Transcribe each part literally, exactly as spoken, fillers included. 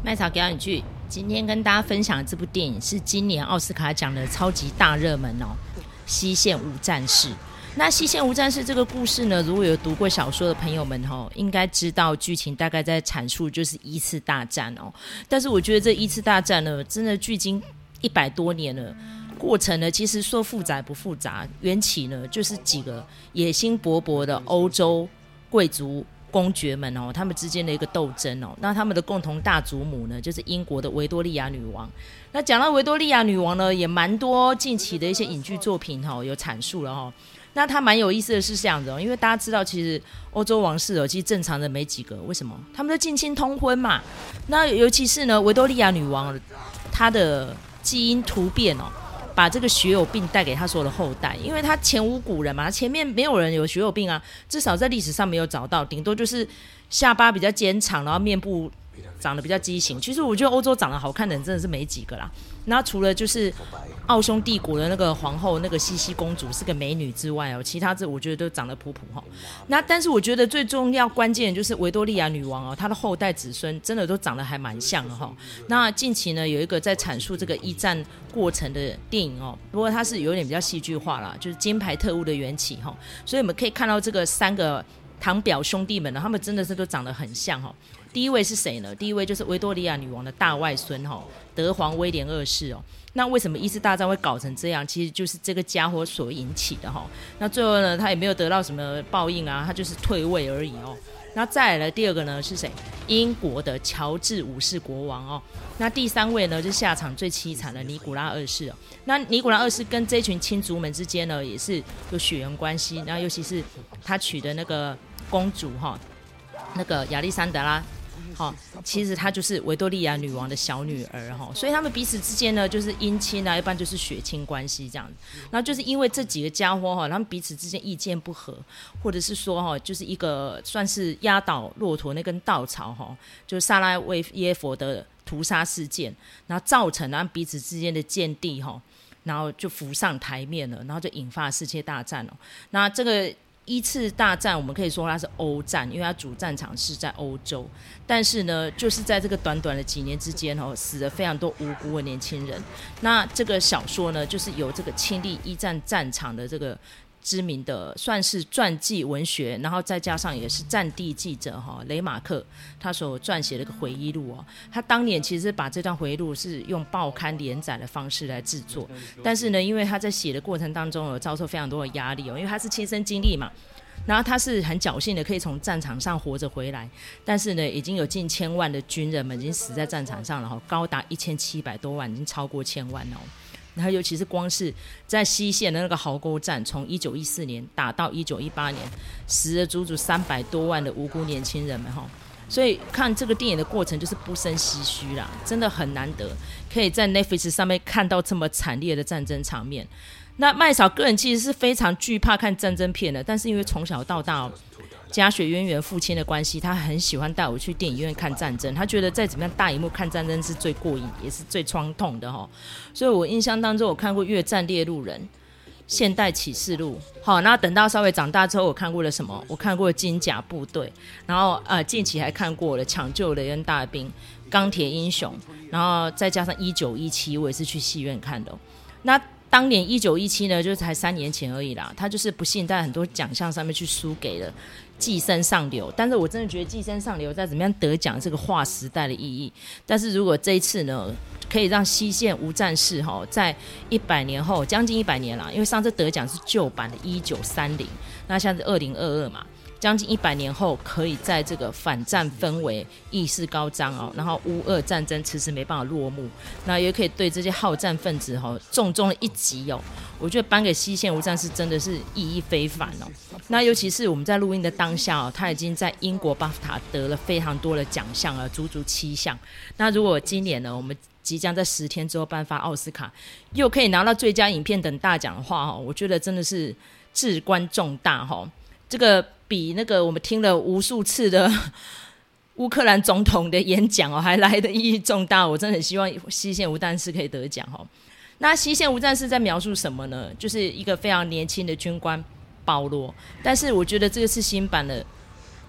麦草给你去，今天跟大家分享的这部电影是今年奥斯卡奖的超级大热门哦，《西线无战事》。那《西线无战事》这个故事呢，如果有读过小说的朋友们哦，应该知道剧情大概在阐述就是一次大战哦。但是我觉得这一次大战呢，真的距今一百多年了。过程呢，其实说复杂不复杂，缘起呢就是几个野心勃勃的欧洲贵族公爵们哦，他们之间的一个斗争哦。那他们的共同大祖母呢，就是英国的维多利亚女王。那讲到维多利亚女王呢，也蛮多近期的一些影剧作品哦有阐述了哦。那它蛮有意思的是这样子哦，因为大家知道，其实欧洲王室哦，其实正常的没几个，为什么？他们都近亲通婚嘛。那尤其是呢，维多利亚女王她的基因突变哦。把这个血友病带给他所有的后代，因为他前无古人嘛，前面没有人有血友病啊，至少在历史上没有找到，顶多就是下巴比较尖长，然后面部长得比较畸形。其实我觉得欧洲长得好看的人真的是没几个啦。那除了就是奥匈帝国的那个皇后那个西西公主是个美女之外哦，其他这我觉得都长得普普哈。那但是我觉得最重要关键的就是维多利亚女王哦，她的后代子孙真的都长得还蛮像的哈。那近期呢有一个在阐述这个一战过程的电影哦，不过它是有点比较戏剧化啦，就是金牌特务的缘起哈。所以我们可以看到这个三个堂表兄弟们呢，他们真的是都长得很像哈。第一位是谁呢？第一位就是维多利亚女王的大外孙德皇威廉二世哦。那为什么一次大战会搞成这样？其实就是这个家伙所引起的哈。那最后呢，他也没有得到什么报应啊，他就是退位而已哦。那再来的第二个呢是谁？英国的乔治五世国王哦。那第三位呢，就是下场最凄惨的尼古拉二世哦。那尼古拉二世跟这群亲族们之间呢，也是有血缘关系。那尤其是他娶的那个公主哈，那个亚历山德拉。哦、其实她就是维多利亚女王的小女儿、哦、所以他们彼此之间呢就是姻亲啊，一般就是血亲关系这样子。然后就是因为这几个家伙、哦、他们彼此之间意见不合，或者是说、哦、就是一个算是压倒骆驼那根稻草、哦、就是萨拉维耶佛的屠杀事件，然后造成他们彼此之间的芥蒂、哦、然后就浮上台面了，然后就引发世界大战了。那这个一次大战我们可以说它是欧战，因为它主战场是在欧洲，但是呢就是在这个短短的几年之间、哦、死了非常多无辜的年轻人。那这个小说呢就是有这个亲历一战战场的这个知名的算是传记文学，然后再加上也是战地记者、哦、雷马克他所撰写的一个回忆录、哦、他当年其实把这段回忆录是用报刊连载的方式来制作，但是呢因为他在写的过程当中有遭受非常多的压力、哦、因为他是亲身经历嘛，然后他是很侥幸的可以从战场上活着回来，但是呢已经有近千万的军人们已经死在战场上了、哦、高达一千七百多万，已经超过千万了、哦。然后尤其是光是在西线的那个壕沟战，从一九一四年打到一九一八年，死了足足三百多万的无辜年轻人们哈。所以看这个电影的过程就是不胜唏嘘啦，真的很难得可以在 Netflix 上面看到这么惨烈的战争场面。那麦嫂个人其实是非常惧怕看战争片的，但是因为从小到大、哦、家学渊源父亲的关系，他很喜欢带我去电影院看战争，他觉得再怎么样大荧幕看战争是最过瘾也是最创痛的、哦、所以我印象当中我看过越战猎鹿人、现代启示录，好，那等到稍微长大之后我看过了什么？我看过金甲部队，然后呃近期还看过了抢救雷恩大兵、钢铁英雄，然后再加上一九一七我也是去戏院看的、哦、那当年一九一七呢就是才三年前而已啦，他就是不幸在很多奖项上面去输给了寄生上流，但是我真的觉得寄生上流在怎么样得奖这个划时代的意义。但是如果这一次呢可以让西线无战事、哦、在一百年后将近一百年啦，因为上次得奖是旧版的一九三零，那现在是二零二二嘛，将近一百年后可以在这个反战氛围意识高涨、哦、然后乌俄战争迟迟没办法落幕，那也可以对这些好战分子、哦、重重的一击、哦、我觉得颁给西线无战事真的是意义非凡、哦、那尤其是我们在录音的当下、哦、他已经在英国巴夫塔得了非常多的奖项了，足足七项。那如果今年呢我们即将在十天之后颁发奥斯卡，又可以拿到最佳影片等大奖的话、哦、我觉得真的是至关重大、哦、这个比那个我们听了无数次的乌克兰总统的演讲、哦、还来的意义重大。我真的很希望西线无战事可以得奖、哦、那西线无战事在描述什么呢？就是一个非常年轻的军官保罗，但是我觉得这个是新版的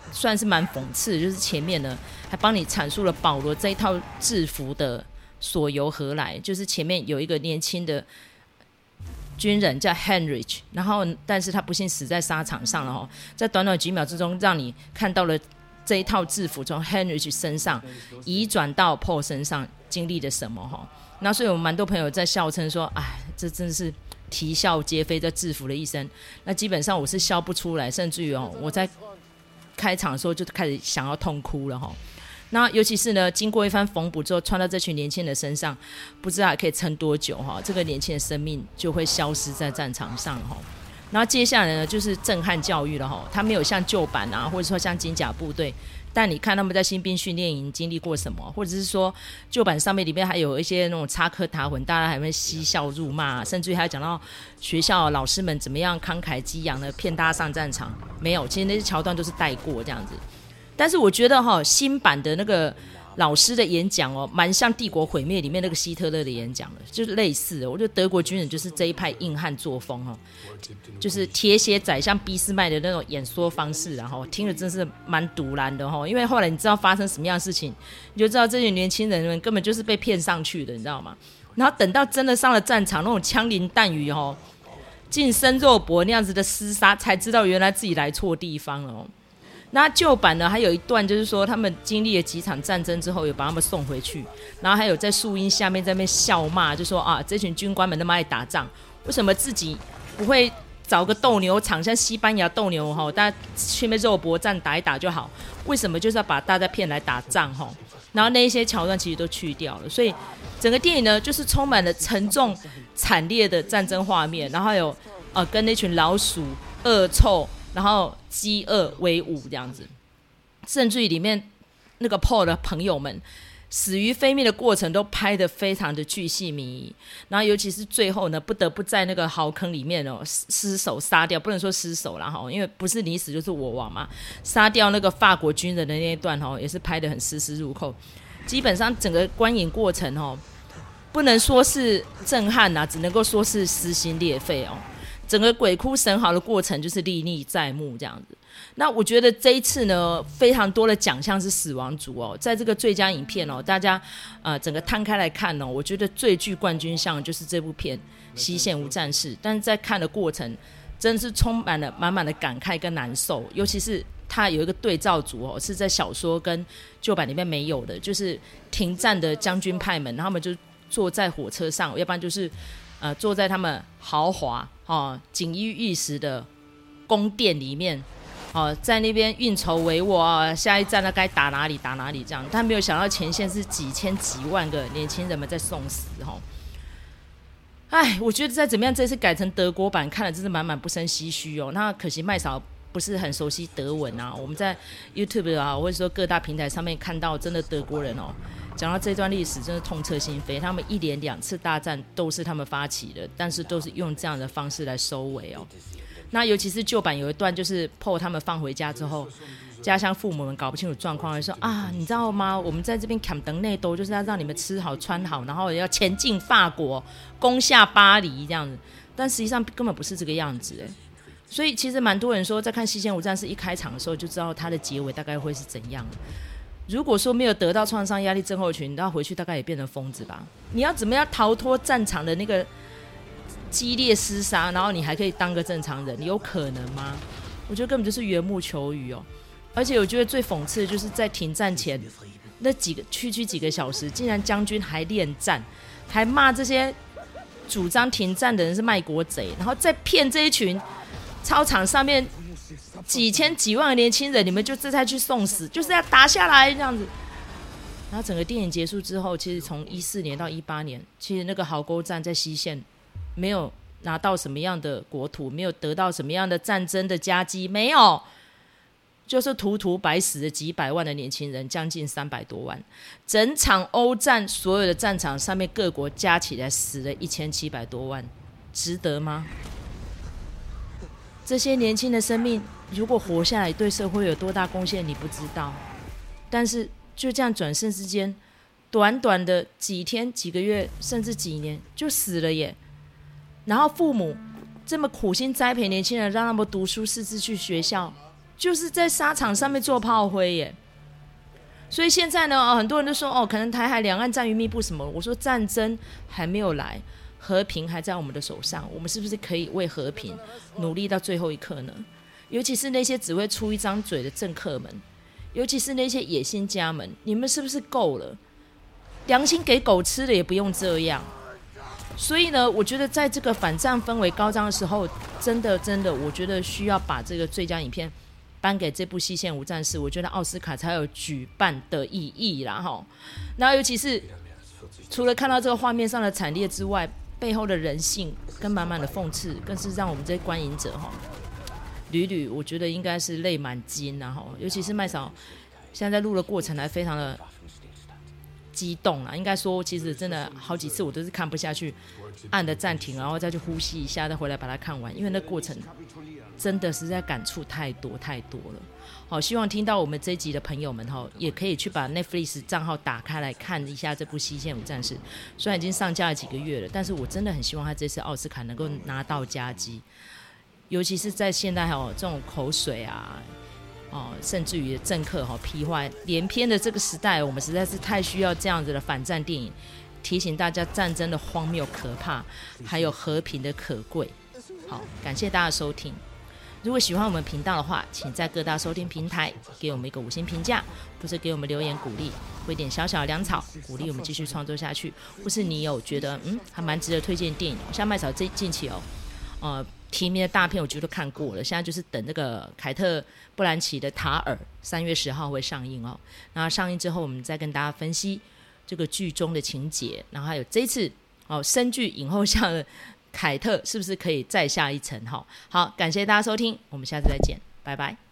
算是蛮讽刺的，就是前面呢还帮你阐述了保罗这一套制服的所由何来，就是前面有一个年轻的军人叫 Heinrich， 然后但是他不幸死在沙场上了、哦、在短短几秒之中让你看到了这一套制服从 Heinrich 身上移转到 Paul 身上经历了什么、哦、那所以我们蛮多朋友在笑称说，哎，这真是啼笑皆非，这制服的一生。那基本上我是笑不出来，甚至于、哦、我在开场的时候就开始想要痛哭了、哦、那尤其是呢经过一番缝补之后穿到这群年轻人身上，不知道还可以撑多久、哦、这个年轻的生命就会消失在战场上、哦、然后接下来呢就是震撼教育了、哦、他没有像旧版啊，或者说像金甲部队，但你看他们在新兵训练营经历过什么，或者是说旧版上面里面还有一些那种插科打诨，大家还会嬉笑辱骂，甚至于还讲到学校老师们怎么样慷慨激昂的骗大家上战场，没有，其实那些桥段都是带过这样子。但是我觉得、哦、新版的那个老师的演讲哦，蛮像帝国毁灭里面那个希特勒的演讲的，就是类似的。我觉得德国军人就是这一派硬汉作风哦，就是铁血仔像俾斯麦的那种演说方式，然后听了真是蛮毒烂的哦。因为后来你知道发生什么样的事情，你就知道这些年轻人们根本就是被骗上去的，你知道吗？然后等到真的上了战场，那种枪林弹雨哦，近身肉搏那样子的厮杀，才知道原来自己来错地方了哦。那旧版呢还有一段就是说他们经历了几场战争之后有把他们送回去，然后还有在树荫下面在那边笑骂，就说啊这群军官们那么爱打仗，为什么自己不会找个斗牛场像西班牙斗牛齁，大家去那边肉搏战打一打就好，为什么就是要把大家骗来打仗齁？然后那一些桥段其实都去掉了，所以整个电影呢就是充满了沉重惨烈的战争画面，然后还有呃跟那群老鼠恶臭然后饥饿为伍这样子，甚至于里面那个 Paul 的朋友们死于非命的过程都拍得非常的巨细靡遗，然后尤其是最后呢不得不在那个壕坑里面哦失手杀掉，不能说失手啦，因为不是你死就是我亡嘛，杀掉那个法国军人的那一段哦也是拍得很丝丝入扣。基本上整个观影过程哦不能说是震撼啊，只能够说是撕心裂肺哦。整个鬼哭神嚎的过程就是历历在目这样子。那我觉得这一次呢非常多的奖项是死亡组哦，在这个最佳影片哦大家呃整个摊开来看哦，我觉得最具冠军相就是这部片《西线无战事》，但是在看的过程真的是充满了满满的感慨跟难受，尤其是它有一个对照组哦，是在小说跟旧版里面没有的，就是停战的将军派们，他们就坐在火车上，要不然就是呃坐在他们豪华哦锦衣玉食的宫殿里面哦，在那边运筹帷幄啊，下一站呢该打哪里打哪里这样。他没有想到前线是几千几万个年轻人们在送死哦。哎，我觉得再怎么样，这次改成德国版，看了真是满满不胜唏嘘哦。那可惜麦嫂不是很熟悉德文啊，我们在 YouTube 啊，或者说各大平台上面看到，真的德国人哦，讲到这段历史真的痛彻心扉。他们一连两次大战都是他们发起的，但是都是用这样的方式来收尾哦。那尤其是旧版有一段，就是 Paul 他们放回家之后，家乡父母们搞不清楚状况，说啊，你知道吗？我们在这边坎登内都就是要让你们吃好穿好，然后要前进法国，攻下巴黎这样子。但实际上根本不是这个样子哎。所以其实蛮多人说，在看《西线无战事》一开场的时候，就知道它的结尾大概会是怎样。如果说没有得到创伤压力症候群，然后回去大概也变成疯子吧。你要怎么样逃脱战场的那个激烈厮杀，然后你还可以当个正常人，有可能吗？我觉得根本就是缘木求鱼哦。而且我觉得最讽刺的就是在停战前那几个区区几个小时，竟然将军还恋战，还骂这些主张停战的人是卖国贼，然后再骗这一群操场上面几千几万个年轻人，你们就这才去送死，就是要打下来这样子。然后整个电影结束之后，其实从一四年到一八年，其实那个壕沟战在西线没有拿到什么样的国土，没有得到什么样的战争的佳绩，没有，就是途途白死的几百万的年轻人，将近三百多万。整场欧战所有的战场上面各国加起来死了一千七百多万，值得吗？这些年轻的生命如果活下来对社会有多大贡献你不知道，但是就这样转瞬之间，短短的几天几个月甚至几年就死了耶。然后父母这么苦心栽培年轻人，让他们读书识字去学校， 就是在沙场上面做炮灰耶。所以现在呢，很多人都说哦，可能台海两岸战于密布什么。我说战争还没有来，和平还在我们的手上，我们是不是可以为和平努力到最后一刻呢？尤其是那些只会出一张嘴的政客们，尤其是那些野心家们，你们是不是够了？良心给狗吃了也不用这样。所以呢，我觉得在这个反战氛围高涨的时候，真的真的，我觉得需要把这个最佳影片颁给这部《西线无战事》，我觉得奥斯卡才有举办的意义啦齁。然后尤其是除了看到这个画面上的惨烈之外，背后的人性跟满满的讽刺，更是让我们这些观影者齁屡屡我觉得应该是泪满襟啦齁。尤其是麦嫂现在在录的过程还非常的激动啦，应该说其实真的好几次我都是看不下去，按的暂停，然后再去呼吸一下，再回来把它看完，因为那过程真的实在感触太多太多了。好，希望听到我们这一集的朋友们也可以去把 Netflix 账号打开来看一下这部《西线无战事》。虽然已经上架了几个月了，但是我真的很希望他这次奥斯卡能够拿到佳绩，尤其是在现在这种口水啊哦，甚至于政客哈批坏连篇的这个时代，我们实在是太需要这样子的反战电影，提醒大家战争的荒谬可怕，还有和平的可贵。好，感谢大家的收听。如果喜欢我们频道的话，请在各大收听平台给我们一个五星评价，或是给我们留言鼓励，为点小小的粮草，鼓励我们继续创作下去。或是你有觉得嗯还蛮值得推荐的电影，像麦嫂这近期哦，呃。提名的大片我觉得都看过了，现在就是等那个凯特·布兰奇的《塔尔》三月十号会上映哦。然后上映之后，我们再跟大家分析这个剧中的情节，然后还有这一次哦深具影后像的凯特是不是可以再下一层哈？好，感谢大家收听，我们下次再见，拜拜。